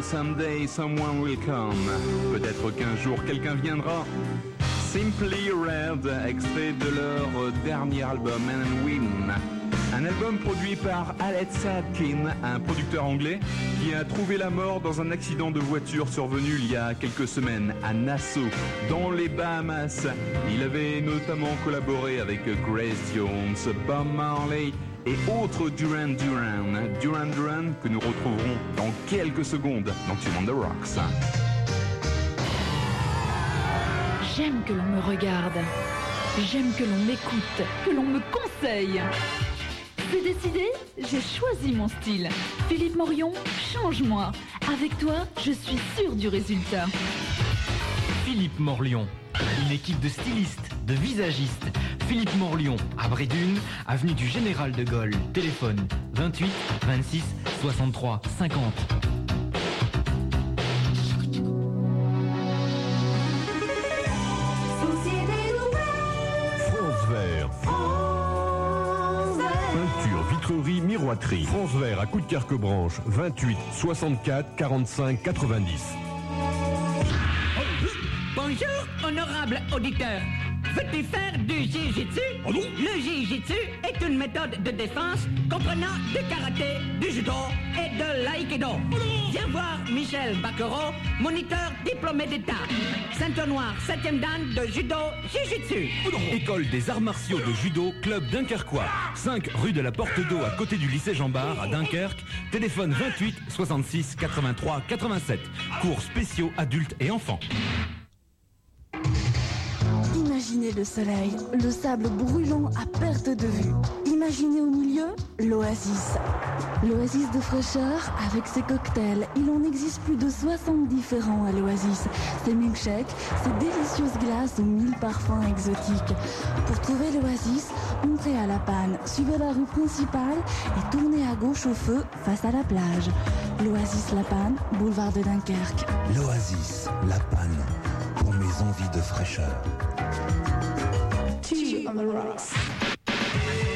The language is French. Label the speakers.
Speaker 1: someday someone will come. Peut-être qu'un jour quelqu'un viendra. Simply Red, extrait de leur dernier album, Man and Win. Un album produit par Alex Sadkin, un producteur anglais qui a trouvé la mort dans un accident de voiture survenu il y a quelques semaines à Nassau, dans les Bahamas. Il avait notamment collaboré avec Grace Jones, Bob Marley et autres Duran Duran que nous retrouverons dans quelques secondes dans Tune on the Rocks.
Speaker 2: J'aime que l'on me regarde. J'aime que l'on m'écoute, que l'on me conseille. C'est décidé, j'ai choisi mon style. Philippe Morillon, change-moi. Avec toi, je suis sûre du résultat.
Speaker 3: Philippe Morillon, une équipe de stylistes, de visagistes. Philippe Morillon, à Brédune, avenue du Général de Gaulle. Téléphone 28 26 63 50.
Speaker 4: Vitrerie, miroiterie. France Vert à Coup de Carquebranche, 28 64 45 90.
Speaker 5: Bonjour, honorable auditeur. Veux-tu faire du jiu-jitsu?
Speaker 4: Oh non.
Speaker 5: Le jiu-jitsu est une méthode de défense comprenant du karaté, du judo et de l'aïkido.
Speaker 4: Oh
Speaker 5: Viens voir Michel Bacquereau, moniteur diplômé d'État. Ceinture noire, 7e dan de judo jiu-jitsu.
Speaker 4: Oh
Speaker 6: École des arts martiaux de judo, club dunkerquois. 5 rue de la Porte d'Eau à côté du lycée Jean Bart à Dunkerque. Téléphone 28 66 83 87. Cours spéciaux adultes et enfants.
Speaker 7: Imaginez le soleil, le sable brûlant à perte de vue. Imaginez au milieu l'oasis. L'oasis de fraîcheur avec ses cocktails. Il en existe plus de 60 différents à l'oasis. Ses milkshakes, ses délicieuses glaces aux 1000 parfums exotiques. Pour trouver l'oasis, entrez à La Panne, suivez la rue principale et tournez à gauche au feu face à la plage. L'oasis La Panne, boulevard de Dunkerque.
Speaker 8: L'oasis La Panne, pour mes envies de fraîcheur.
Speaker 7: Tune on the Rocks.